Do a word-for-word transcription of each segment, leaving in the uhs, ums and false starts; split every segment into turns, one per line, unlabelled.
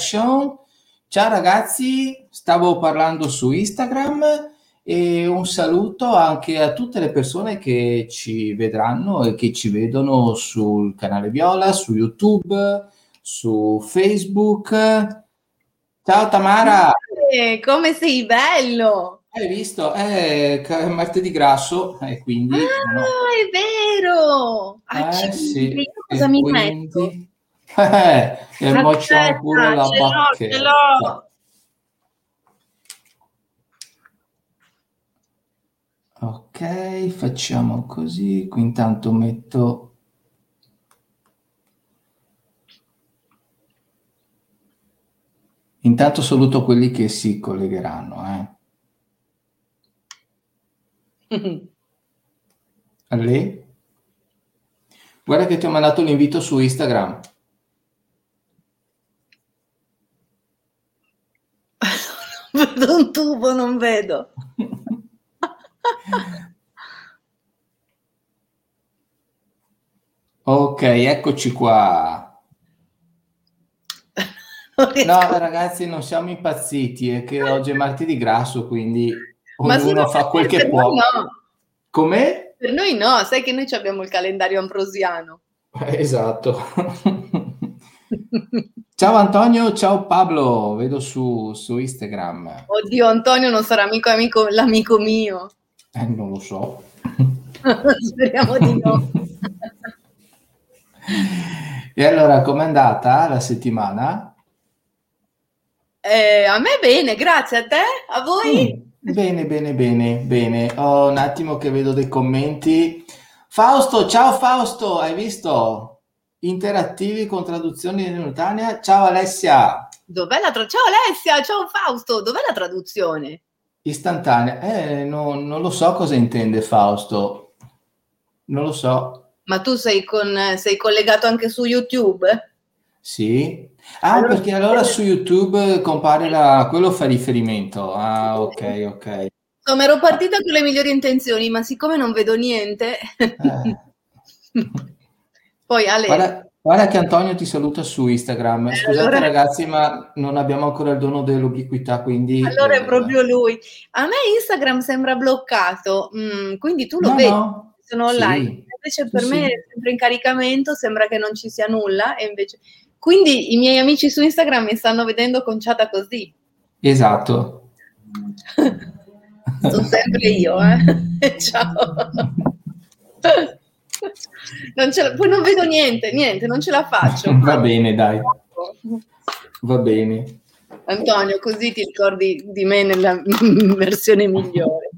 Session. Ciao ragazzi, stavo parlando su Instagram e un saluto anche a tutte le persone che ci vedranno e che ci vedono sul canale Viola, su YouTube, su Facebook. Ciao Tamara!
Eh, come sei bello!
Hai visto? È ca- martedì grasso e quindi no.
Ah, è vero!
Eh
Accidenti,
sì,
io cosa
e
mi metto?
quindi eh, e mo c'ho pure
Aspetta,
la
ce l'ho, ce
bacchetta.
l'ho!
Ok, facciamo così. Qui intanto metto. Intanto saluto quelli che si collegheranno, eh. A lei? Guarda che ti ho mandato l'invito su Instagram.
Vedo un tubo, non vedo.
Ok, eccoci qua.
Non
No,
riesco.
ragazzi, non siamo impazziti, è che oggi è martedì grasso, quindi
Ma solo
ognuno fa
per
quel
te,
che
per noi
può.
no.
Com'è?
Per noi no, sai che noi ci abbiamo il calendario ambrosiano.
Eh, Esatto. Ciao Antonio, ciao Pablo, vedo su, su Instagram.
Oddio, Antonio non sarà mica amico, l'amico mio.
Eh, non lo so.
Speriamo di no.
E allora, com'è andata la settimana?
Eh, a me bene, grazie a te, a voi?
Mm, bene, bene, bene, bene. Ho un attimo che vedo dei commenti. Fausto, ciao Fausto, hai visto? Interattivi con traduzioni simultanea. Ciao Alessia,
Dov'è la traduzione? Ciao Alessia, ciao Fausto, dov'è la traduzione?
istantanea. Eh, no- non lo so cosa intende Fausto. Non lo so.
Ma tu sei, con, sei collegato anche su YouTube?
Sì? Ah,
Allora,
perché allora su YouTube compare la. Quello fa riferimento. Ah, ok, ok.
insomma, ero partita con le migliori intenzioni, ma siccome non vedo niente,
Eh.
poi Ale,
Guarda, guarda che Antonio ti saluta su Instagram.
eh,
Scusate
allora,
ragazzi, ma non abbiamo ancora il dono dell'ubiquità, quindi.
allora è
eh,
proprio lui. A me Instagram sembra bloccato, mm, quindi tu lo
No,
vedi,
no.
sono online.
Sì,
Invece
sì,
per me è
sì.
sempre in caricamento, sembra che non ci sia nulla, e invece. Quindi i miei amici su Instagram mi stanno vedendo conciata così.
Esatto.
Sono sempre io, eh. Ciao. Non ce la- Poi non vedo niente, niente, non ce la faccio.
Va bene, dai. Va bene.
Antonio, così ti ricordi di me nella versione migliore.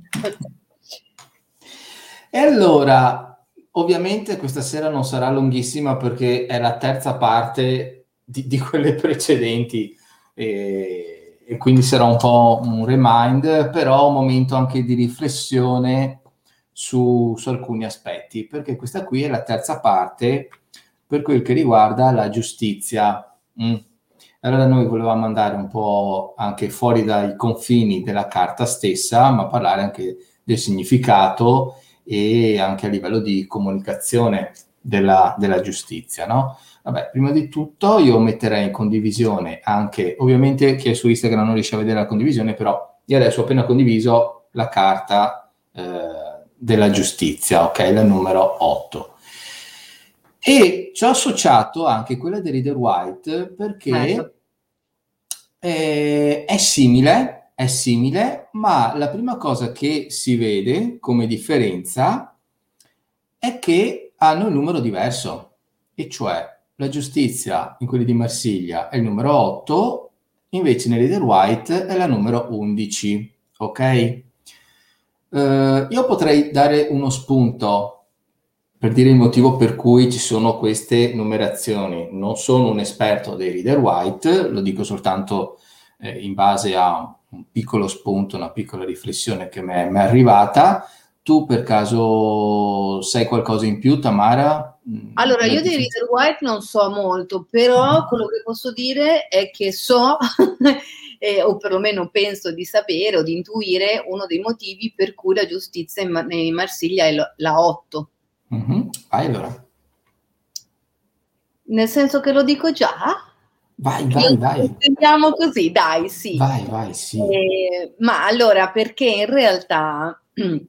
E allora, ovviamente questa sera non sarà lunghissima perché è la terza parte di, di quelle precedenti e, e quindi sarà un po' un remind, però un momento anche di riflessione su, su alcuni aspetti, perché questa qui è la terza parte per quel che riguarda la giustizia. Mm. Allora noi volevamo andare un po' anche fuori dai confini della carta stessa, ma parlare anche del significato e anche a livello di comunicazione della, della giustizia, no? Vabbè, prima di tutto io metterei in condivisione anche, ovviamente chi è su Instagram non riesce a vedere la condivisione, però io adesso ho appena condiviso la carta eh, della giustizia, ok, la numero otto. E ci ho associato anche quella di Reader White
Bello.
perché eh, è simile, è simile, ma la prima cosa che si vede come differenza è che hanno un numero diverso, e cioè la giustizia in quelli di Marsiglia è il numero otto, invece nelle del White è la numero undici, ok? Eh, io potrei dare uno spunto per dire il motivo per cui ci sono queste numerazioni. Non sono un esperto dei Reader White, lo dico soltanto eh, in base a un piccolo spunto, una piccola riflessione che mi è, mi è arrivata. Tu per caso sai qualcosa in più, Tamara? Mm,
Allora,
La
io di
differenza?
Reader White non so molto, però quello che posso dire è che so, eh, o perlomeno penso di sapere o di intuire uno dei motivi per cui la giustizia in, Ma- in Marsiglia è lo- la otto.
Mhm. Vai allora.
Nel senso che lo dico già?
Vai, vai, vai.
Andiamo così, dai, sì.
Vai, vai, sì.
Eh, ma allora, perché in realtà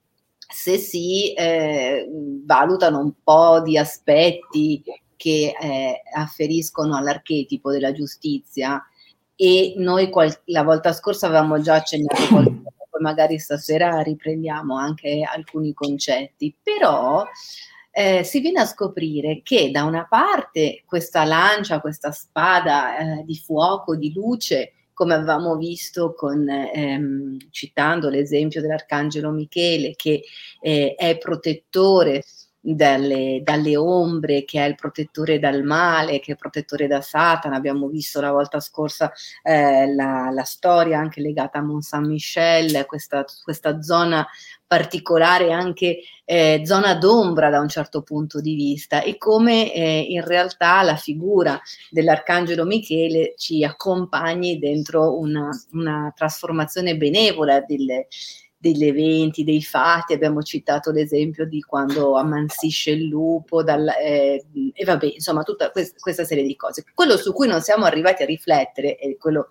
se si eh, valutano un po' di aspetti che eh, afferiscono all'archetipo della giustizia, e noi qual- la volta scorsa avevamo già accennato qualcosa, poi magari stasera riprendiamo anche alcuni concetti, però eh, si viene a scoprire che da una parte questa lancia, questa spada eh, di fuoco, di luce, come avevamo visto con, ehm, citando l'esempio dell'Arcangelo Michele, che eh, è protettore dalle, dalle ombre, che è il protettore dal male, che è protettore da Satana. Abbiamo visto la volta scorsa eh, la, la storia anche legata a Mont Saint-Michel, questa, questa zona particolare, anche eh, zona d'ombra da un certo punto di vista, e come eh, in realtà la figura dell'Arcangelo Michele ci accompagni dentro una, una trasformazione benevola delle, degli eventi, dei fatti. Abbiamo citato l'esempio di quando ammansisce il lupo dal, eh, e vabbè, insomma, tutta quest- questa serie di cose. Quello su cui non siamo arrivati a riflettere, e quello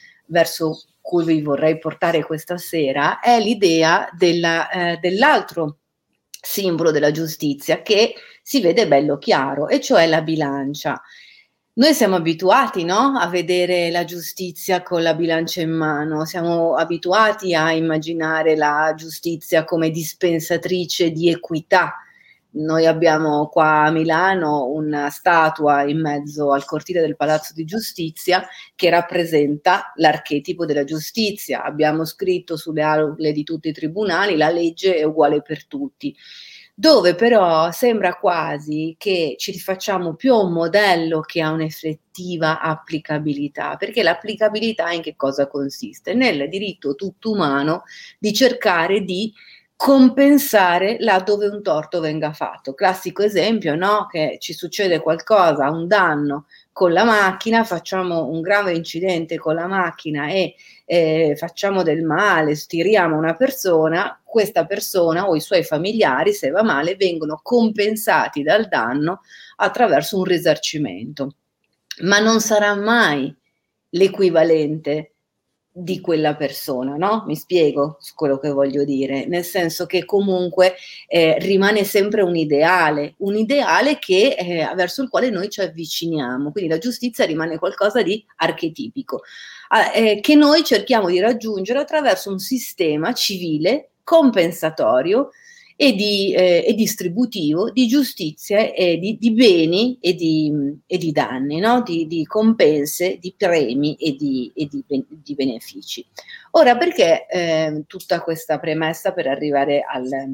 verso cui vi vorrei portare questa sera, è l'idea della, eh, dell'altro simbolo della giustizia, che si vede bello chiaro, e cioè la bilancia. Noi siamo abituati, no, a vedere la giustizia con la bilancia in mano, siamo abituati a immaginare la giustizia come dispensatrice di equità. Noi abbiamo qua a Milano una statua in mezzo al cortile del Palazzo di Giustizia che rappresenta l'archetipo della giustizia. Abbiamo scritto sulle aule di tutti i tribunali: la legge è uguale per tutti, dove però sembra quasi che ci rifacciamo più a un modello che a un'effettiva applicabilità, perché l'applicabilità in che cosa consiste? Nel diritto tutto umano di cercare di compensare laddove un torto venga fatto. Classico esempio, no? Che ci succede qualcosa, un danno con la macchina, facciamo un grave incidente con la macchina e eh, facciamo del male, stiriamo una persona, questa persona o i suoi familiari, se va male, vengono compensati dal danno attraverso un risarcimento. Ma non sarà mai l'equivalente di quella persona, no? Mi spiego su quello che voglio dire, nel senso che comunque eh, rimane sempre un ideale, un ideale che, eh, verso il quale noi ci avviciniamo, quindi la giustizia rimane qualcosa di archetipico, eh, che noi cerchiamo di raggiungere attraverso un sistema civile compensatorio e, di, eh, e distributivo di giustizia e di, di beni e di, e di danni, no? di, di compense, di premi e di, e di, di benefici. Ora, perché eh, tutta questa premessa per arrivare al,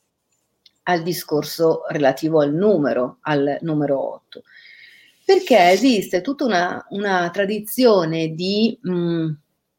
al discorso relativo al numero, al numero otto? Perché esiste tutta una, una tradizione di mh,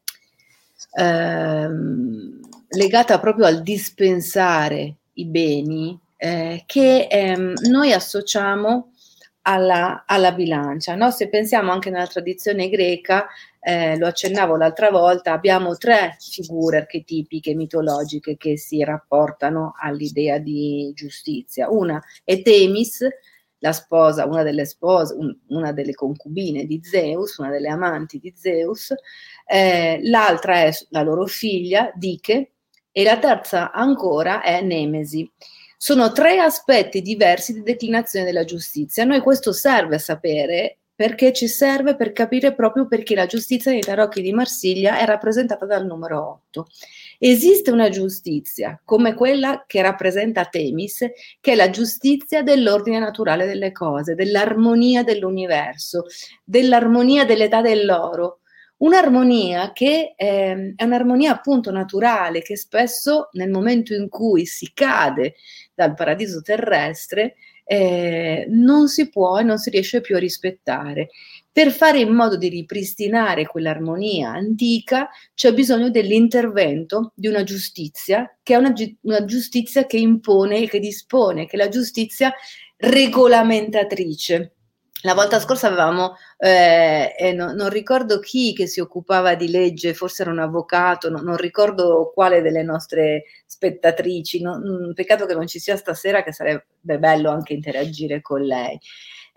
ehm, legata proprio al dispensare i beni, eh, che ehm, noi associamo alla, alla bilancia, no? Se pensiamo anche nella tradizione greca, eh, lo accennavo l'altra volta, abbiamo tre figure archetipiche mitologiche che si rapportano all'idea di giustizia. Una è Temis, la sposa, una delle spose, un, una delle concubine di Zeus, una delle amanti di Zeus, eh, l'altra è la loro figlia, Diche, e la terza ancora è Nemesi. Sono tre aspetti diversi di declinazione della giustizia. A noi questo serve a sapere, perché ci serve per capire proprio perché la giustizia nei tarocchi di Marsiglia è rappresentata dal numero otto. Esiste una giustizia come quella che rappresenta Temis, che è la giustizia dell'ordine naturale delle cose, dell'armonia dell'universo, dell'armonia dell'età dell'oro. Un'armonia che eh, è un'armonia appunto naturale, che spesso nel momento in cui si cade dal paradiso terrestre eh, non si può e non si riesce più a rispettare. Per fare in modo di ripristinare quell'armonia antica c'è bisogno dell'intervento di una giustizia, che è una, una giustizia che impone, che dispone, che è la giustizia regolamentatrice. La volta scorsa avevamo, eh, eh, no, non ricordo chi che si occupava di legge, forse era un avvocato, no, non ricordo quale delle nostre spettatrici, no, mh, peccato che non ci sia stasera, che sarebbe bello anche interagire con lei.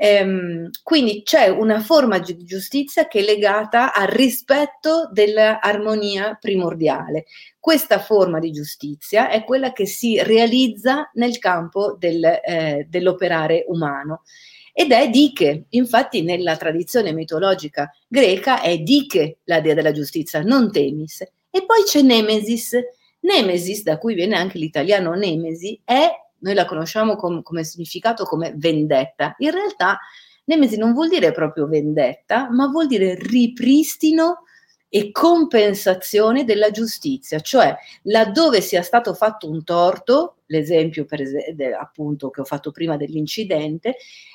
Ehm, quindi c'è una forma di giustizia che è legata al rispetto dell'armonia primordiale. Questa forma di giustizia è quella che si realizza nel campo del, eh, dell'operare umano. Ed è Dike, infatti nella tradizione mitologica greca è Dike la dea della giustizia, non Temis. E poi c'è Nemesis. Nemesis, da cui viene anche l'italiano nemesi, è, noi la conosciamo com- come significato come vendetta. In realtà Nemesi non vuol dire proprio vendetta, ma vuol dire ripristino e compensazione della giustizia, cioè laddove sia stato fatto un torto, l'esempio per esempio, appunto che ho fatto prima dell'incidente,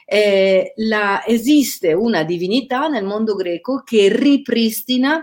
eh, la, esiste una divinità nel mondo greco che ripristina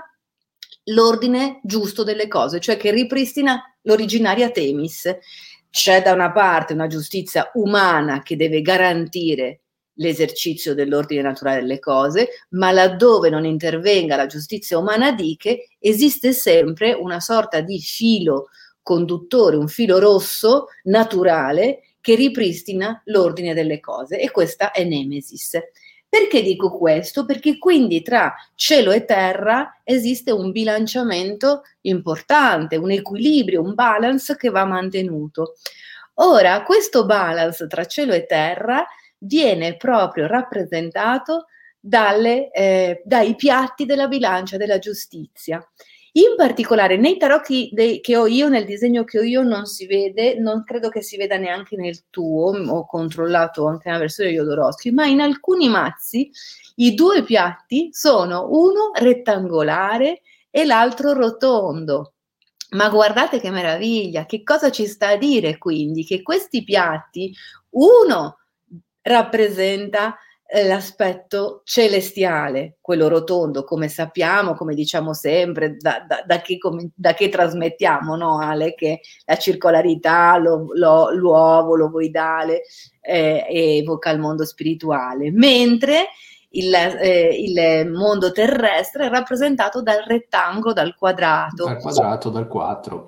l'ordine giusto delle cose, cioè che ripristina l'originaria Temis. C'è da una parte una giustizia umana che deve garantire l'esercizio dell'ordine naturale delle cose, ma laddove non intervenga la giustizia umana Dike, esiste sempre una sorta di filo conduttore, un filo rosso naturale che ripristina l'ordine delle cose, e questa è Nemesis. Perché dico questo? Perché quindi tra cielo e terra esiste un bilanciamento importante, un equilibrio, un balance che va mantenuto. Ora, questo balance tra cielo e terra viene proprio rappresentato dalle, eh, dai piatti della bilancia della giustizia. In particolare nei tarocchi dei, che ho io, nel disegno che ho io non si vede, non credo che si veda neanche nel tuo, ho controllato anche la versione di Jodorowsky, ma in alcuni mazzi i due piatti sono uno rettangolare e l'altro rotondo. Ma guardate che meraviglia, che cosa ci sta a dire quindi? Che questi piatti, uno rappresenta eh, l'aspetto celestiale, quello rotondo, come sappiamo, come diciamo sempre, da, da, da, che, come, da che trasmettiamo, no Ale? Che la circolarità, lo, lo, l'uovo, l'ovoidale eh, evoca il mondo spirituale, mentre il, eh, il mondo terrestre è rappresentato dal rettangolo, dal quadrato.
Dal quadrato, dal quattro.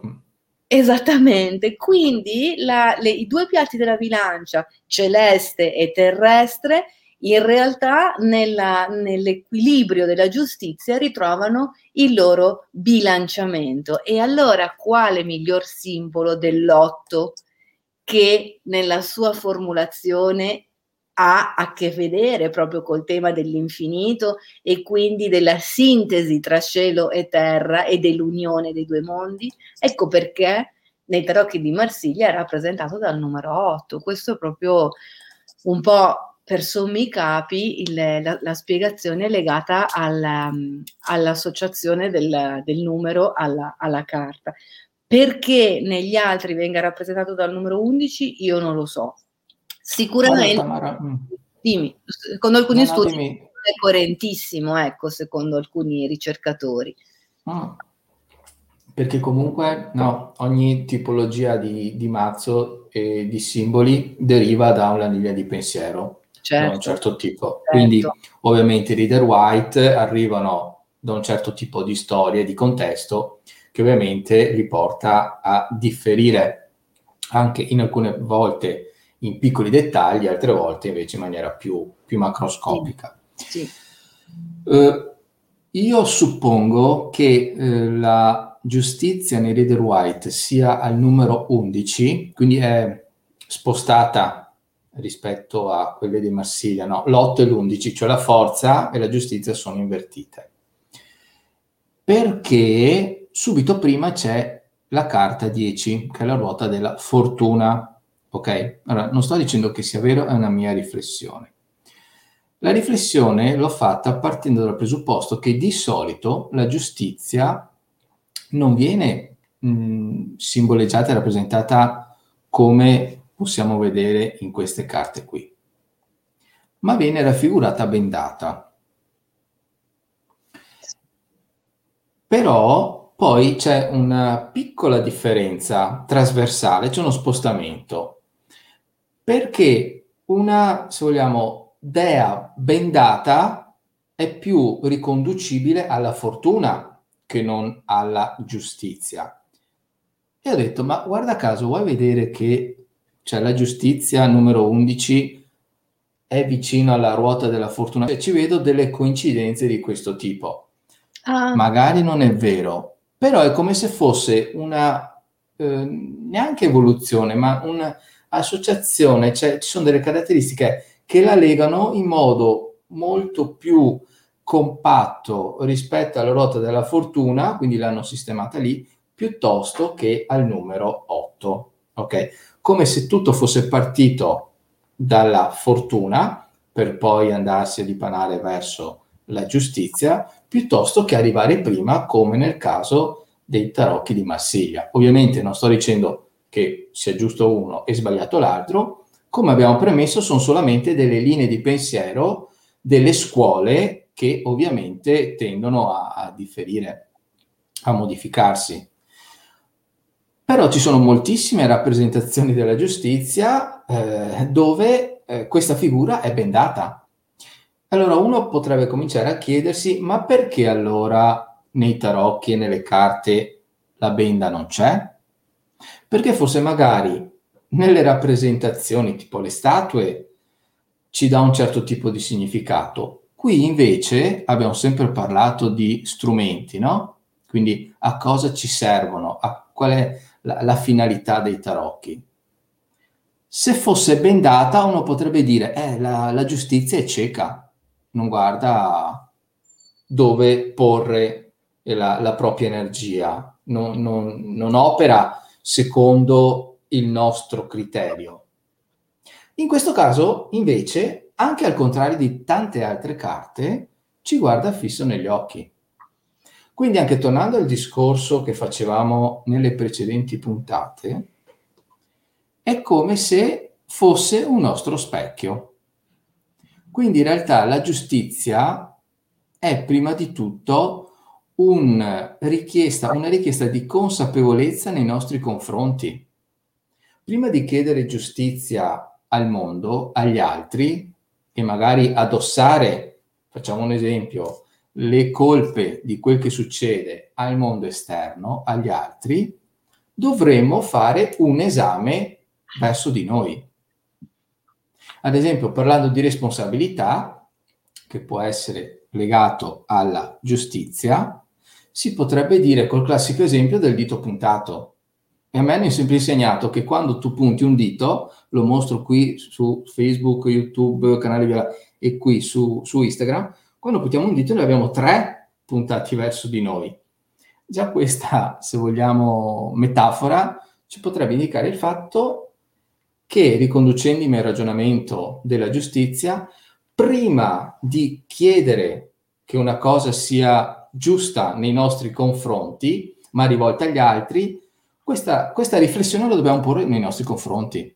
Esattamente, quindi la, le, i due piatti della bilancia, celeste e terrestre, in realtà nella, nell'equilibrio della giustizia ritrovano il loro bilanciamento. E allora quale miglior simbolo dell'otto che nella sua formulazione ha a che vedere proprio col tema dell'infinito e quindi della sintesi tra cielo e terra e dell'unione dei due mondi? Ecco perché nei tarocchi di Marsiglia è rappresentato dal numero otto. Questo è proprio un po' per sommi capi il, la, la spiegazione legata alla, all'associazione del, del numero alla, alla carta. Perché negli altri venga rappresentato dal numero undici io non lo so. Sicuramente,
Tamara,
dimmi, secondo alcuni
no, no,
studi
dimmi.
è coerentissimo, ecco, secondo alcuni ricercatori.
Mm. Perché comunque no, ogni tipologia di, di mazzo e di simboli deriva da una linea di pensiero,
Certo,
da un certo tipo.
certo.
Quindi ovviamente i Rider White arrivano da un certo tipo di storia e di contesto che ovviamente li porta a differire anche in alcune volte in piccoli dettagli, altre volte invece in maniera più, più macroscopica.
Sì. Sì.
Uh, io suppongo che eh, la giustizia nei Rider White sia al numero undici, quindi è spostata rispetto a quelle di Marsiglia, no? L'otto e l'undici, cioè la forza e la giustizia sono invertite. Perché subito prima c'è la carta dieci, che è la ruota della fortuna, ok? Allora, non sto dicendo che sia vero, è una mia riflessione. La riflessione l'ho fatta partendo dal presupposto che di solito la giustizia non viene mh, simboleggiata e rappresentata come possiamo vedere in queste carte qui, ma viene raffigurata bendata. Però poi c'è una piccola differenza trasversale, c'è uno spostamento, perché una, se vogliamo, dea bendata è più riconducibile alla fortuna che non alla giustizia. E ho detto, ma guarda caso, vuoi vedere che c'è la giustizia numero undici è vicino alla ruota della fortuna, ci vedo delle coincidenze di questo tipo.
Ah.
Magari non è vero, però è come se fosse una, eh, neanche evoluzione, ma un'associazione, cioè ci sono delle caratteristiche che la legano in modo molto più compatto rispetto alla ruota della fortuna, quindi l'hanno sistemata lì, piuttosto che al numero otto, ok? Come se tutto fosse partito dalla fortuna per poi andarsi a dipanare verso la giustizia, piuttosto che arrivare prima, come nel caso dei tarocchi di Marsiglia. Ovviamente non sto dicendo che sia giusto uno e sbagliato l'altro, come abbiamo premesso sono solamente delle linee di pensiero delle scuole che ovviamente tendono a, a differire, a modificarsi. Però ci sono moltissime rappresentazioni della giustizia eh, dove eh, questa figura è bendata. Allora uno potrebbe cominciare a chiedersi, ma perché allora nei tarocchi e nelle carte la benda non c'è? Perché forse magari nelle rappresentazioni, tipo le statue, ci dà un certo tipo di significato. Qui invece abbiamo sempre parlato di strumenti, no? Quindi a cosa ci servono, a qual è la, la finalità dei tarocchi. Se fosse bendata uno potrebbe dire, eh, la, la giustizia è cieca, non guarda dove porre la, la propria energia, non, non, non opera secondo il nostro criterio. In questo caso, invece, anche al contrario di tante altre carte, ci guarda fisso negli occhi. Quindi anche tornando al discorso che facevamo nelle precedenti puntate, è come se fosse un nostro specchio. Quindi in realtà la giustizia è prima di tutto un richiesta, una richiesta di consapevolezza nei nostri confronti. Prima di chiedere giustizia al mondo, agli altri, e magari addossare, facciamo un esempio, le colpe di quel che succede al mondo esterno, agli altri, dovremmo fare un esame verso di noi. Ad esempio, parlando di responsabilità, che può essere legato alla giustizia, si potrebbe dire col classico esempio del dito puntato. E a me hanno sempre insegnato che quando tu punti un dito, lo mostro qui su Facebook, YouTube, canale Viola, e qui su, su Instagram, quando puntiamo un dito ne abbiamo tre puntati verso di noi. Già questa, se vogliamo, metafora ci potrebbe indicare il fatto che, riconducendomi al ragionamento della giustizia, prima di chiedere che una cosa sia giusta nei nostri confronti, ma rivolta agli altri, questa, questa riflessione la dobbiamo porre nei nostri confronti.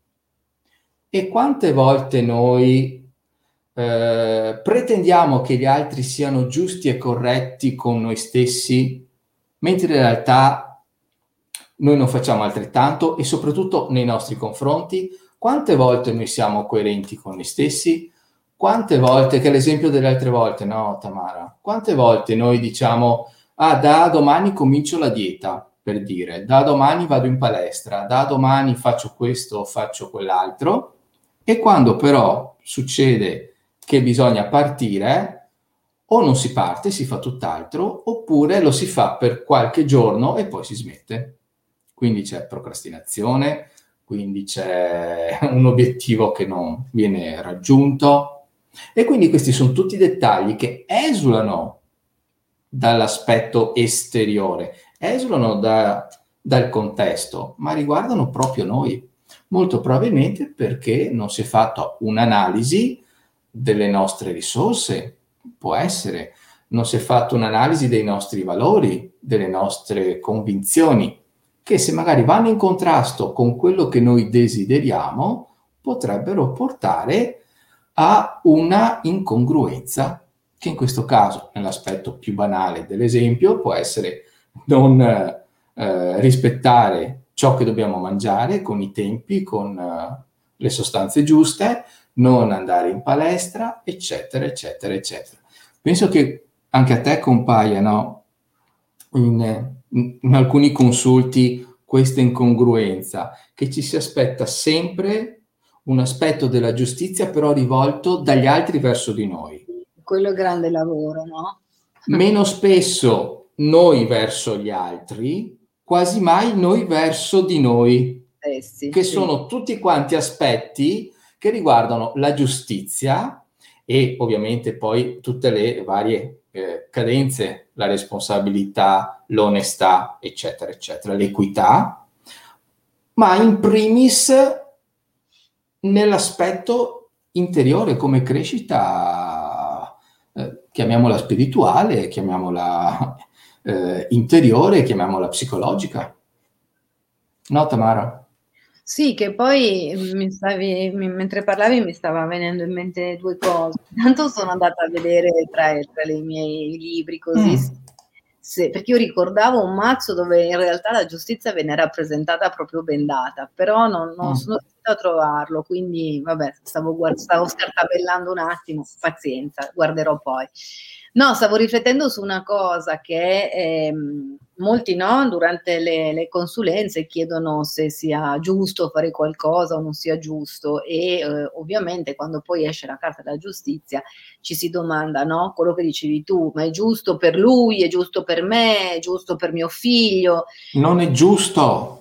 E quante volte noi eh, pretendiamo che gli altri siano giusti e corretti con noi stessi, mentre in realtà noi non facciamo altrettanto, e soprattutto nei nostri confronti? Quante volte noi siamo coerenti con noi stessi? Quante volte, che è l'esempio delle altre volte, no Tamara? Quante volte noi diciamo, ah, da domani comincio la dieta, per dire, da domani vado in palestra, da domani faccio questo, faccio quell'altro, e quando però succede che bisogna partire, o non si parte, si fa tutt'altro, oppure lo si fa per qualche giorno e poi si smette. Quindi c'è procrastinazione, quindi c'è un obiettivo che non viene raggiunto, e quindi questi sono tutti dettagli che esulano dall'aspetto esteriore, esulano da, dal contesto, ma riguardano proprio noi, molto probabilmente perché non si è fatta un'analisi delle nostre risorse, può essere, non si è fatta un'analisi dei nostri valori, delle nostre convinzioni, che se magari vanno in contrasto con quello che noi desideriamo, potrebbero portare a una incongruenza, che in questo caso, nell'aspetto più banale dell'esempio, può essere non eh, rispettare ciò che dobbiamo mangiare con i tempi, con eh, le sostanze giuste, non andare in palestra, eccetera, eccetera, eccetera. Penso che anche a te compaiano in, in, in alcuni consulti questa incongruenza, che ci si aspetta sempre un aspetto della giustizia però rivolto dagli altri verso di noi.
Quello è grande lavoro, no?
Meno spesso noi verso gli altri, quasi mai noi verso di noi,
eh sì,
che
sì.
sono tutti quanti aspetti che riguardano la giustizia e ovviamente poi tutte le varie eh, cadenze, la responsabilità, l'onestà, eccetera, eccetera, l'equità, ma in primis nell'aspetto interiore come crescita, eh, chiamiamola spirituale, chiamiamola eh, interiore, chiamiamola psicologica. No, Tamara?
Sì, che poi mi stavi, mi- mentre parlavi mi stava venendo in mente due cose. Intanto sono andata a vedere tra, tra i miei libri così,
Mm.
se- perché io ricordavo un mazzo dove in realtà la giustizia venne rappresentata proprio bendata, però non, non
Mm.
sono riuscita a trovarlo, quindi vabbè, stavo, guard- stavo scartabellando un attimo, pazienza, guarderò poi. No, stavo riflettendo su una cosa che ehm, molti no, durante le, le consulenze chiedono se sia giusto fare qualcosa o non sia giusto e eh, ovviamente quando poi esce la carta della giustizia ci si domanda, no, quello che dicevi tu, ma è giusto per lui, è giusto per me, è giusto per mio figlio?
Non è giusto.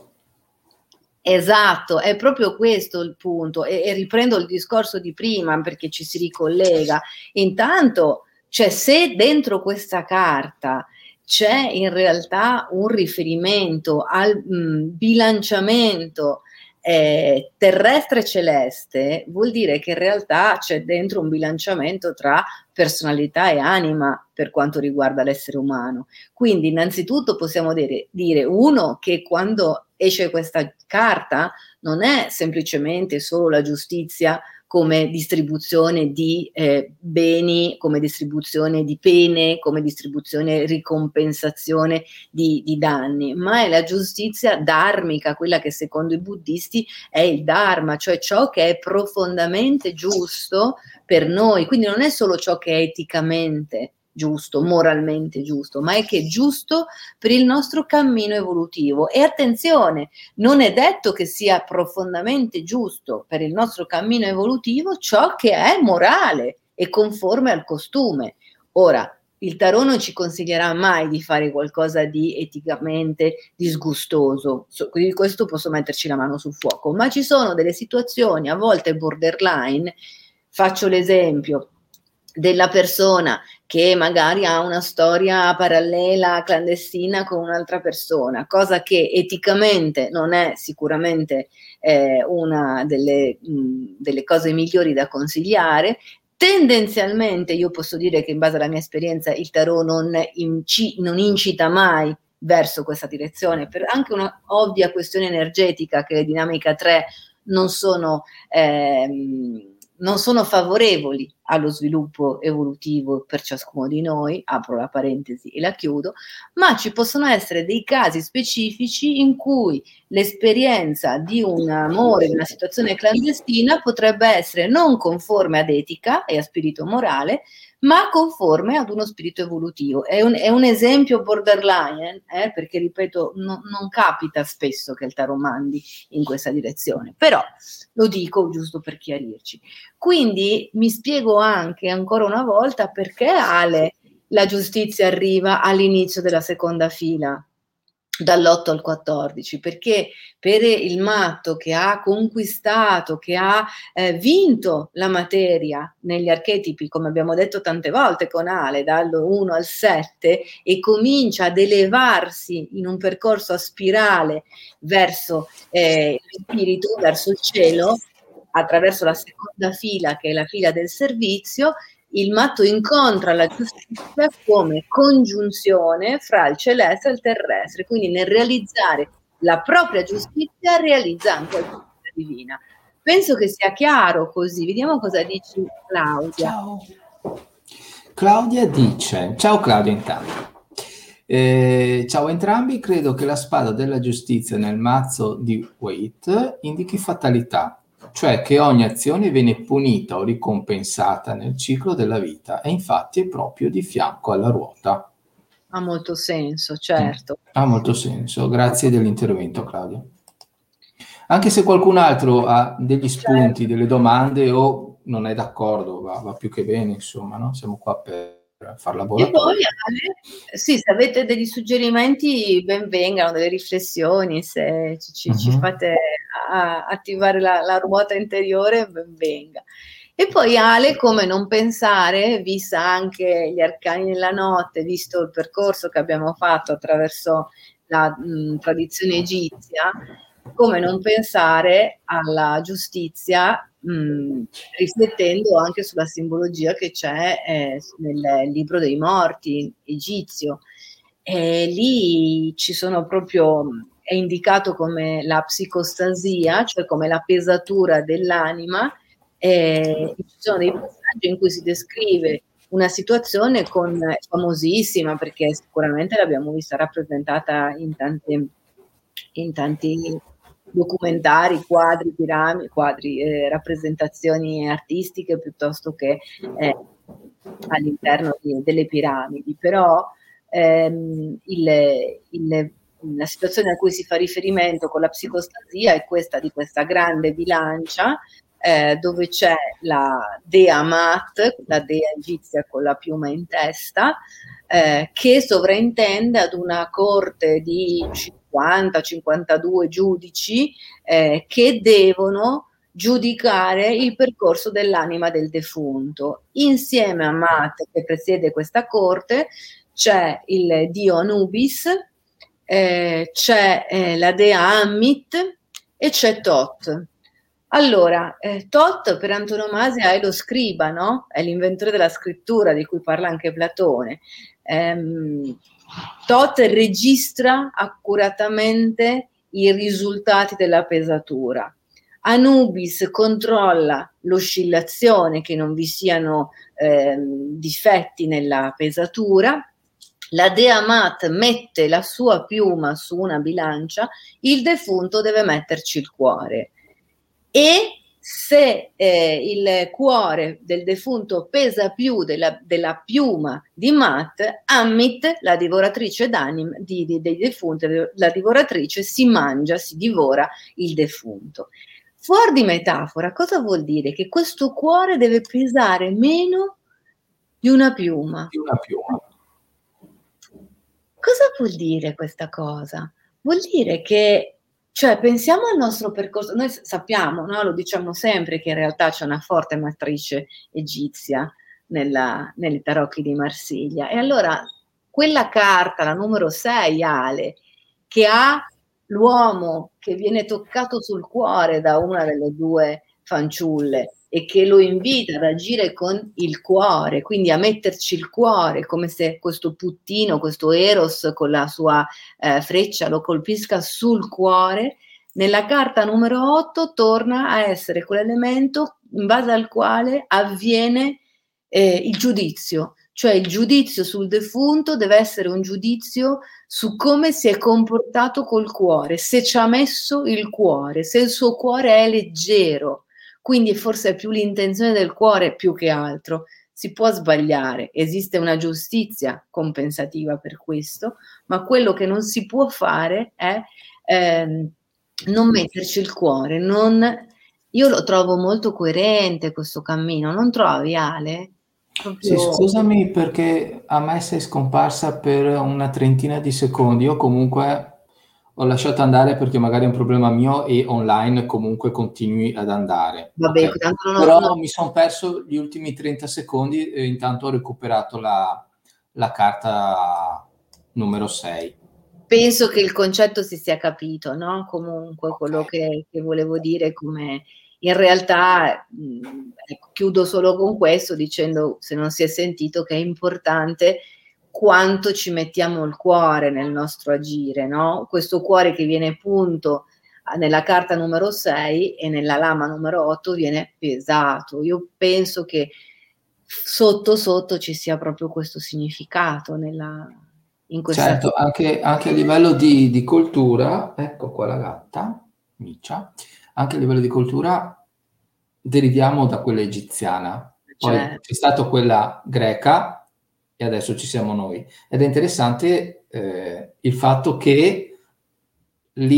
Esatto, è proprio questo il punto e, e riprendo il discorso di prima perché ci si ricollega. Intanto, cioè, se dentro questa carta c'è in realtà un riferimento al mh, bilanciamento eh, terrestre celeste, vuol dire che in realtà c'è dentro un bilanciamento tra personalità e anima per quanto riguarda l'essere umano. Quindi innanzitutto possiamo dire, dire uno che quando esce questa carta non è semplicemente solo la giustizia come distribuzione di eh, beni, come distribuzione di pene, come distribuzione ricompensazione di, di danni, ma è la giustizia dharmica, quella che secondo i buddisti è il dharma, cioè ciò che è profondamente giusto per noi. Quindi non è solo ciò che è eticamente giusto, moralmente giusto, ma è che è giusto per il nostro cammino evolutivo. E attenzione, non è detto che sia profondamente giusto per il nostro cammino evolutivo ciò che è morale e conforme al costume. Ora, il tarot non ci consiglierà mai di fare qualcosa di eticamente disgustoso, quindi questo posso metterci la mano sul fuoco, ma ci sono delle situazioni a volte borderline. Faccio l'esempio della persona che magari ha una storia parallela, clandestina con un'altra persona, cosa che eticamente non è sicuramente eh, una delle, mh, delle cose migliori da consigliare. Tendenzialmente io posso dire che in base alla mia esperienza il tarot non, inci- non incita mai verso questa direzione, per anche una ovvia questione energetica che le dinamica tre non sono... Ehm, non sono favorevoli allo sviluppo evolutivo per ciascuno di noi, apro la parentesi e la chiudo, ma ci possono essere dei casi specifici in cui l'esperienza di un amore, di una situazione clandestina potrebbe essere non conforme ad etica e a spirito morale, ma conforme ad uno spirito evolutivo. È un, è un esempio borderline, eh, perché ripeto, no, non capita spesso che il tarot mandi in questa direzione, però lo dico giusto per chiarirci. Quindi mi spiego anche ancora una volta perché Ale la giustizia arriva all'inizio della seconda fila, dall'otto al quattordici, perché per il matto che ha conquistato, che ha eh, vinto la materia negli archetipi, come abbiamo detto tante volte con Ale, dall'uno al sette, e comincia ad elevarsi in un percorso a spirale verso eh, lo spirito, verso il cielo, attraverso la seconda fila, che è la fila del servizio, il matto incontra la giustizia come congiunzione fra il celeste e il terrestre, quindi nel realizzare la propria giustizia realizza anche la giustizia divina. Penso che sia chiaro così. Vediamo cosa dici Claudia.
Ciao. Claudia dice, ciao Claudia intanto. Eh, ciao a entrambi, credo che la spada della giustizia nel mazzo di Waite indichi fatalità, cioè che ogni azione viene punita o ricompensata nel ciclo della vita e infatti è proprio di fianco alla ruota.
Ha molto senso, certo.
Ha molto senso, grazie dell'intervento Claudia. Anche se qualcun altro ha degli spunti, delle domande o non è d'accordo, va, va più che bene, insomma, no? Siamo qua per far
E poi,
laboratorio.
Ale, sì, se avete degli suggerimenti, ben vengano, delle riflessioni, se ci, ci- ci
Mhm.
fate a- attivare la, la ruota interiore, ben venga. E poi, Ale, come non pensare, vista anche gli arcani della notte, visto il percorso che abbiamo fatto attraverso la mh, tradizione egizia, come non pensare alla giustizia, mh, riflettendo anche sulla simbologia che c'è eh, nel libro dei morti egizio. E lì ci sono proprio, è indicato come la psicostasia, cioè come la pesatura dell'anima, e ci sono dei passaggi in cui si descrive una situazione con, famosissima, perché sicuramente l'abbiamo vista rappresentata in tante, in tanti documentari, quadri, piramidi, quadri, eh, rappresentazioni artistiche piuttosto che eh, all'interno di, delle piramidi, però ehm, il, il, la situazione a cui si fa riferimento con la psicostasia è questa di questa grande bilancia eh, dove c'è la dea Mat, la dea egizia con la piuma in testa, eh, che sovrintende ad una corte di cinquanta cinquantadue giudici eh, che devono giudicare il percorso dell'anima del defunto. Insieme a Mat, che presiede questa corte, c'è il dio Anubis, eh, c'è eh, la dea Ammit e c'è Tot. Allora, eh, Tot per antonomasia è lo scriba, no? È l'inventore della scrittura di cui parla anche Platone. Ehm, Tot registra accuratamente i risultati della pesatura. Anubis controlla l'oscillazione, che non vi siano ehm, difetti nella pesatura. La dea Mat mette la sua piuma su una bilancia, il defunto deve metterci il cuore. E se eh, il cuore del defunto pesa più della, della piuma di Mat, Ammit, la divoratrice d'anima di, di, dei defunti, la divoratrice si mangia, si divora il defunto. Fuori di metafora, cosa vuol dire? Che questo cuore deve pesare meno di una piuma.
Di una piuma.
Cosa vuol dire questa cosa? Vuol dire che, cioè, pensiamo al nostro percorso, noi sappiamo, no? Lo diciamo sempre, che in realtà c'è una forte matrice egizia nella, nei tarocchi di Marsiglia. E allora, quella carta, la numero sei, Ale, che ha l'uomo che viene toccato sul cuore da una delle due fanciulle e che lo invita ad agire con il cuore, quindi a metterci il cuore, come se questo puttino, questo Eros con la sua eh, freccia lo colpisca sul cuore. Nella carta numero otto torna a essere quell'elemento in base al quale avviene eh, il giudizio, cioè il giudizio sul defunto deve essere un giudizio su come si è comportato col cuore, se ci ha messo il cuore, se il suo cuore è leggero, quindi forse è più l'intenzione del cuore più che altro. Si può sbagliare, esiste una giustizia compensativa per questo, ma quello che non si può fare è ehm, non metterci il cuore, non... Io lo trovo molto coerente questo cammino, non trovi, Ale?
Sì,
Proprio...
scusami perché a me sei scomparsa per una trentina di secondi. Io comunque ho lasciato andare perché magari è un problema mio e online comunque continui ad andare.
Vabbè,
Ok.
tanto non ho,
Però
non-
mi sono perso gli ultimi trenta secondi e intanto ho recuperato la, la carta numero sei.
penso che il concetto si sia capito, no? Comunque
Ok.
quello che, che volevo dire come in realtà mh, ecco, chiudo solo con questo dicendo, se non si è sentito, che è importante quanto ci mettiamo il cuore nel nostro agire, no? Questo cuore che viene punto nella carta numero sei e nella lama numero otto viene pesato. Io penso che sotto sotto ci sia proprio questo significato nella, in questa...
Certo, anche, anche a livello di, di cultura, ecco qua la gatta, Miccia, anche a livello di cultura deriviamo da quella egiziana, poi
Cioè,
c'è stata quella greca e adesso ci siamo noi. Ed è interessante eh, il fatto che lì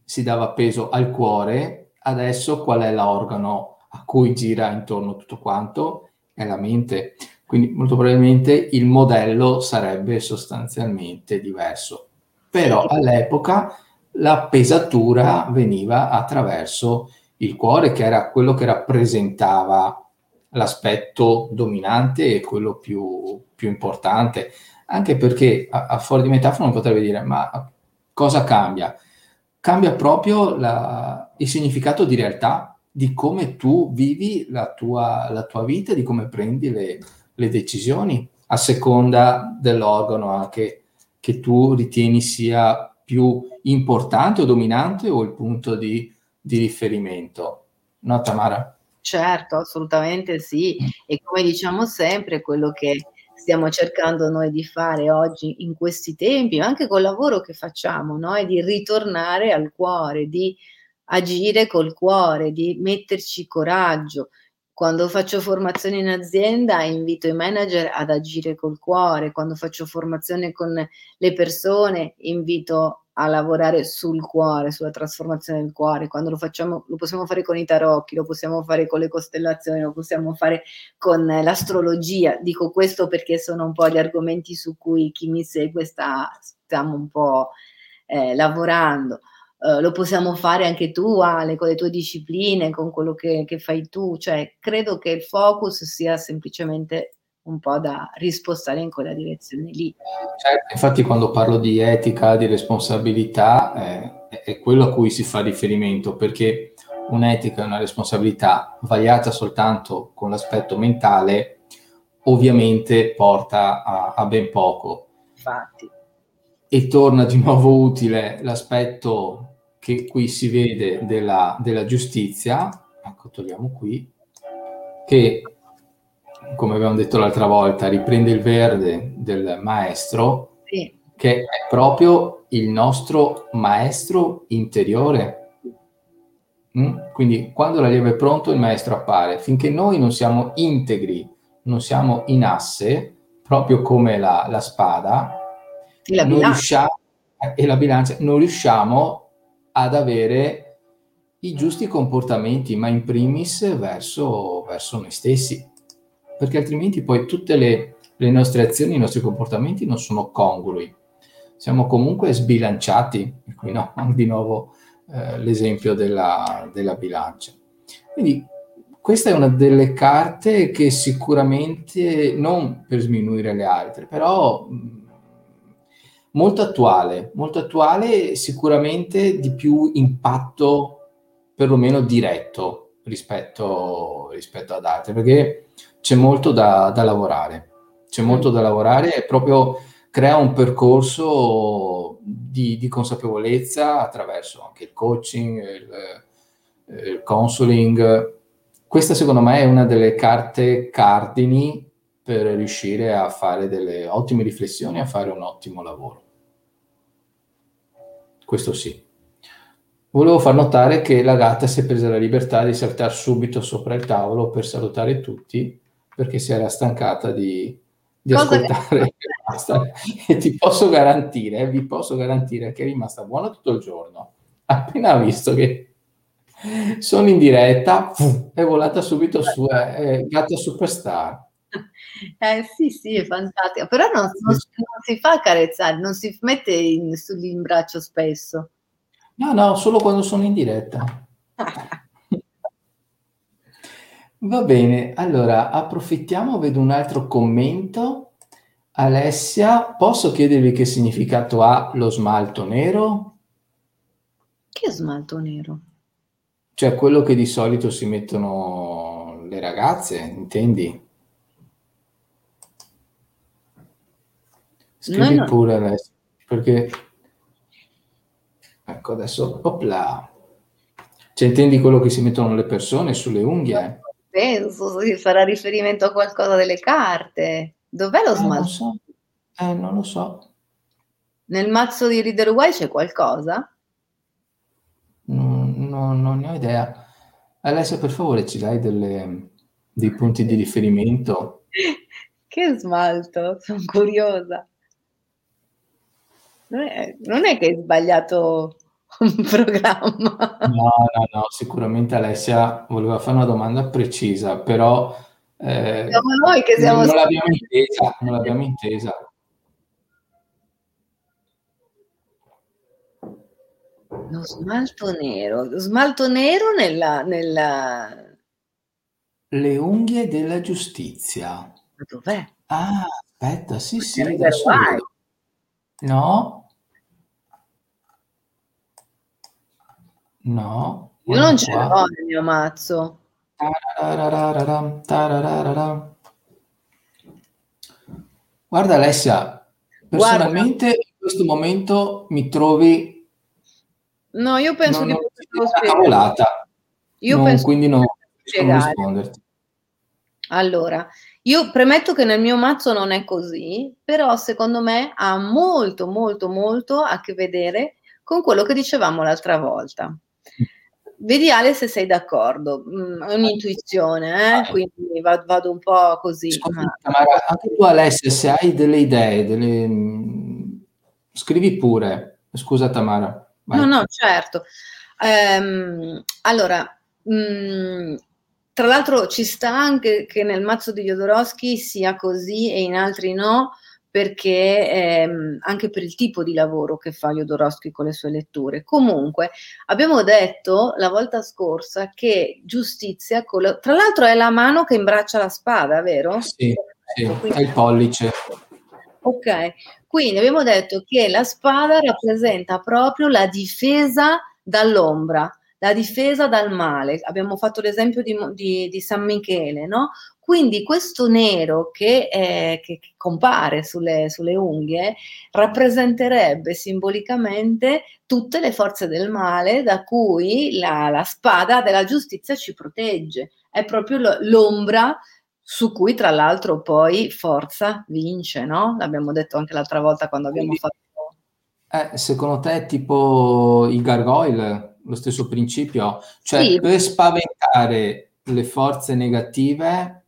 si dava peso al cuore, adesso qual è l'organo a cui gira intorno tutto quanto? È la mente. Quindi molto probabilmente il modello sarebbe sostanzialmente diverso. Però
Sì.
all'epoca la pesatura veniva attraverso il cuore, che era quello che rappresentava l'aspetto dominante e quello più, più importante. Anche perché a, a fuori di metafora uno potrebbe dire, ma cosa cambia? Cambia proprio la, il significato di realtà, di come tu vivi la tua, la tua vita, di come prendi le, le decisioni, a seconda dell'organo anche che tu ritieni sia più importante o dominante o il punto di, di riferimento. No, Tamara?
Certo, assolutamente sì. E come diciamo sempre, quello che stiamo cercando noi di fare oggi in questi tempi, ma anche col lavoro che facciamo, no, è di ritornare al cuore, di agire col cuore, di metterci coraggio. Quando faccio formazione in azienda invito i manager ad agire col cuore, quando faccio formazione con le persone invito a lavorare sul cuore, sulla trasformazione del cuore. Quando lo facciamo, lo possiamo fare con i tarocchi, lo possiamo fare con le costellazioni, lo possiamo fare con l'astrologia. Dico questo perché sono un po' gli argomenti su cui chi mi segue sta, stiamo un po' eh, lavorando. Uh, lo possiamo fare anche tu, Ale, con le tue discipline, con quello che, che fai tu. Cioè, credo che il focus sia semplicemente un po' da rispostare in quella direzione lì.
Certo, infatti quando parlo di etica, di responsabilità, eh, è quello a cui si fa riferimento, perché un'etica e una responsabilità vagliata soltanto con l'aspetto mentale ovviamente porta a, a ben poco.
Infatti.
E torna di nuovo utile l'aspetto che qui si vede della, della giustizia, ecco, togliamo qui, che come abbiamo detto l'altra volta, riprende il verde del maestro,
Sì.
che è proprio il nostro maestro interiore. Mm? Quindi quando l'allievo è pronto il maestro appare. Finché noi non siamo integri, non siamo in asse, proprio come la, la spada,
La
non
bilancia.
riusciamo, e la bilancia, non riusciamo ad avere i giusti comportamenti, ma in primis verso, verso noi stessi, perché altrimenti poi tutte le, le nostre azioni, i nostri comportamenti non sono congrui, siamo comunque sbilanciati. E qui no, di nuovo eh, l'esempio della, della bilancia. Quindi questa è una delle carte che sicuramente, non per sminuire le altre, però mh, molto attuale, molto attuale, sicuramente di più impatto perlomeno diretto rispetto, rispetto ad altre, perché c'è molto da, da lavorare, c'è molto da lavorare e proprio crea un percorso di, di consapevolezza attraverso anche il coaching, il, il counseling. Questa secondo me è una delle carte cardini per riuscire a fare delle ottime riflessioni e a fare un ottimo lavoro. Questo sì. Volevo far notare che la gatta si è presa la libertà di saltare subito sopra il tavolo per salutare tutti, perché si era stancata di, di
Cosa
ascoltare. E ti posso garantire, eh, vi posso garantire che è rimasta buona tutto il giorno. Appena ha visto che sono in diretta, è volata subito su, è gatta superstar.
Eh sì, sì, è fantastica, però non, non, non si fa carezzare, non si mette in, sull'imbraccio spesso.
No, no, solo quando sono in diretta. Va bene, allora approfittiamo, vedo un altro commento. Alessia, posso chiedervi che significato ha lo smalto nero?
Che smalto nero?
Cioè quello che di solito si mettono le ragazze, intendi?
Noi
Scrivi
non
pure Alessia, perché ecco adesso, opla. Cioè intendi quello che si mettono le persone sulle unghie?
penso si farà riferimento a qualcosa delle carte. Dov'è lo
Eh, non
smalto?
so, eh, non lo so.
Nel mazzo di Rider White c'è qualcosa?
Non, non- non ne ho idea. Alessia, per favore, ci dai delle- dei punti di riferimento?
Che smalto? Sono curiosa. Non è, non è che hai sbagliato un programma.
No, no, no, sicuramente Alessia voleva fare una domanda precisa, però eh,
Siamo noi che
non,
siamo
non l'abbiamo
stati.
intesa, non l'abbiamo intesa.
Lo smalto nero, lo smalto nero nella, nella...
Le unghie della giustizia.
Ma dov'è?
Ah, aspetta, sì,
È
sì, adesso
Riverwhite.
vedo. No, no,
Io non
guarda
ce
qua.
l'ho nel mio mazzo.
Tararararam, tararararam. Guarda Alessia,
Guarda,
personalmente in questo momento mi trovi,
no, io penso
non,
di
non
poterlo
una
spiegare.
cavolata,
Io
non-
penso di
quindi non
poterlo
riesco a non
spiegare.
risponderti.
Allora, io premetto che nel mio mazzo non è così, però secondo me ha molto, molto, molto a che vedere con quello che dicevamo l'altra volta. Vedi Ale se sei d'accordo. Mm, è un'intuizione, eh?
Vai.
Quindi va- vado un po' così.
Ascolta,
Ma...
Tamara, anche tu Alessia, se hai delle idee, delle, mh, scrivi pure. Scusa Tamara,
No,
vai.
no, certo. Ehm, allora, mh, tra l'altro ci sta anche che nel mazzo di Jodorowsky sia così e in altri no, perché ehm, anche per il tipo di lavoro che fa Jodorowsky con le sue letture. Comunque, abbiamo detto la volta scorsa che giustizia, con la- tra l'altro è la mano che imbraccia la spada, vero?
Sì, sì,
Perfetto,
è
quindi
il pollice.
ok, quindi abbiamo detto che la spada rappresenta proprio la difesa dall'ombra, la difesa dal male. Abbiamo fatto l'esempio di, di- di San Michele, no? Quindi questo nero che, è- che- che compare sulle, sulle unghie rappresenterebbe simbolicamente tutte le forze del male da cui la, la spada della giustizia ci protegge. È proprio lo- l'ombra su cui tra l'altro poi Forza vince, no? L'abbiamo detto anche l'altra volta quando abbiamo
Quindi,
fatto...
eh, secondo te è tipo i gargoyle, lo stesso principio? Cioè,
Sì,
per spaventare le forze negative,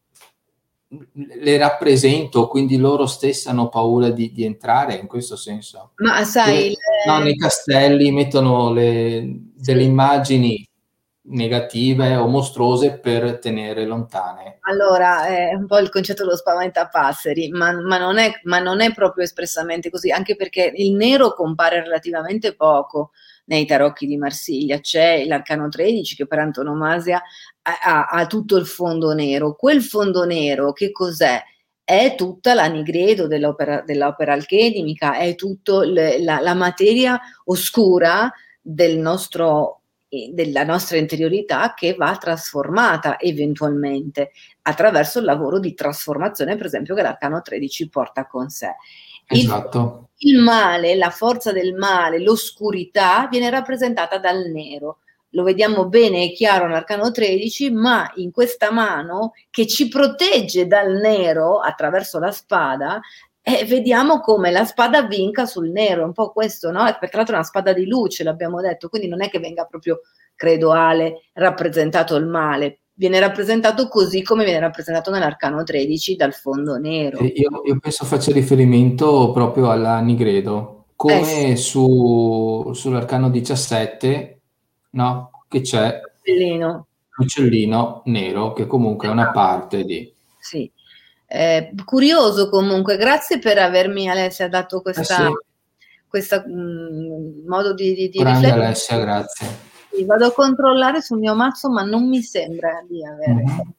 le rappresento, quindi loro stesse hanno paura di, di entrare in questo senso.
ma sai,
Oppure, no,
il-
nei castelli mettono le- delle
sì.
immagini negative o mostruose per tenere lontane.
Allora, è un po' il concetto dello spaventapasseri, ma, ma non è, ma non è proprio espressamente così, anche perché il nero compare relativamente poco nei tarocchi di Marsiglia. C'è l'arcano tredici che per antonomasia ha, ha- ha tutto il fondo nero. Quel fondo nero che cos'è? È tutta la nigredo dell'opera, dell'opera alchemica, è tutta la, la materia oscura del nostro, eh, della nostra interiorità che va trasformata eventualmente attraverso il lavoro di trasformazione, per esempio, che l'arcano tredici porta con sé. Il,
Esatto.
il male, la forza del male, l'oscurità viene rappresentata dal nero. Lo vediamo bene e chiaro nell'arcano tredici, ma in questa mano che ci protegge dal nero attraverso la spada, eh, vediamo come la spada vinca sul nero, un po' questo, no? Perché tra l'altro è una spada di luce, l'abbiamo detto, quindi non è che venga proprio, credo Ale, rappresentato il male, viene rappresentato così come viene rappresentato nell'arcano tredici dal fondo
E
nero.
Io, io penso faccia riferimento proprio alla Nigredo,
Eh sì,
come su, sull'arcano diciassette, no? Che c'è
bellino.
l'uccellino nero, che comunque è una parte di...
Sì. Eh, curioso comunque, grazie per avermi Alessia dato
Eh
questa,
sì,
questa mh, modo di, di, di
grande
riflettere.
Alessia, grazie.
Sì, vado a controllare sul mio mazzo, ma non mi sembra di avere.
Mhm.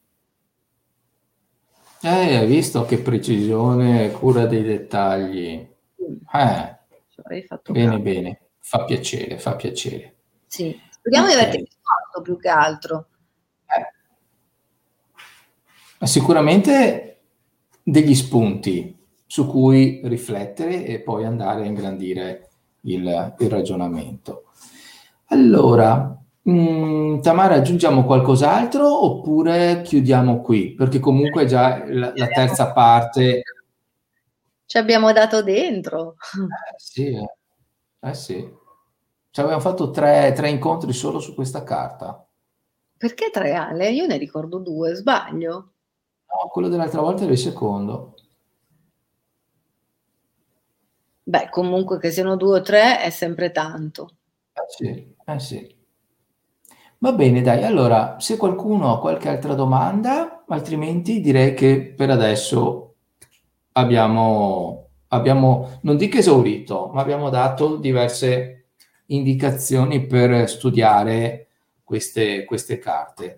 Eh, hai visto che precisione, cura dei dettagli.
Sì,
Eh,
ci avrei fatto
bene,
caso.
bene, fa piacere, fa piacere.
Sì, speriamo di
Ok,
averti risposto più che altro.
eh, sicuramente degli spunti su cui riflettere e poi andare a ingrandire il, il ragionamento. Allora, mh, Tamara, aggiungiamo qualcos'altro oppure chiudiamo qui? Perché comunque già la, la terza parte...
Ci abbiamo dato dentro.
Eh sì, eh, eh sì. Ci avevamo fatto tre, tre incontri solo su questa carta.
Perché tre Ale? Io ne ricordo due, sbaglio?
No, quello dell'altra volta era il secondo.
Beh, comunque che siano due o tre è sempre tanto.
sì, eh sì. Va bene, dai. Allora, se qualcuno ha qualche altra domanda, altrimenti direi che per adesso abbiamo, abbiamo, non dico esaurito, ma abbiamo dato diverse indicazioni per studiare queste, queste carte.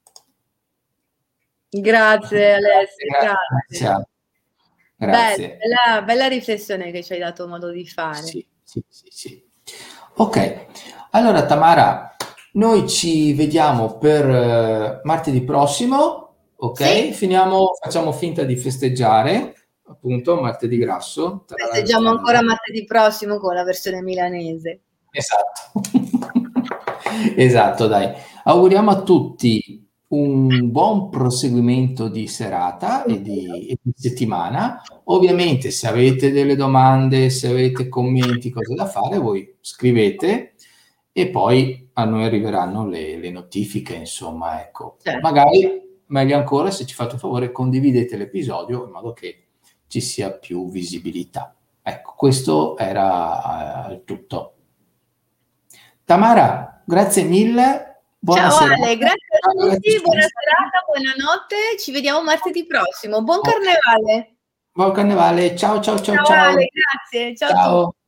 Grazie Alessio,
Grazie,
grazie.
grazie.
Bella,
Grazie.
bella, bella riflessione che ci hai dato modo di fare.
Sì, sì, sì, sì. Ok, allora Tamara, noi ci vediamo per eh, martedì prossimo, ok?
Sì,
Finiamo, facciamo finta di festeggiare, appunto, martedì grasso. Tarara,
festeggiamo
tarara.
ancora martedì prossimo con la versione milanese.
Esatto. Esatto, dai. Auguriamo a tutti un buon proseguimento di serata e di, e di settimana. Ovviamente, se avete delle domande, se avete commenti, cose da fare, voi scrivete e poi a noi arriveranno le, le notifiche, insomma, ecco.
Certo.
Magari, meglio ancora, se ci fate un favore, condividete l'episodio in modo che ci sia più visibilità. Ecco, questo era eh, il tutto. Tamara, grazie mille, buona
Ciao
serata.
Ale, grazie a
Ciao, ragazzi,
tutti, buona
scusate.
serata, buonanotte, ci vediamo martedì prossimo. Buon carnevale!
Buon carnevale, ciao ciao ciao
Ciao
ciao.
Ale, grazie, ciao a tutti.
Ciao.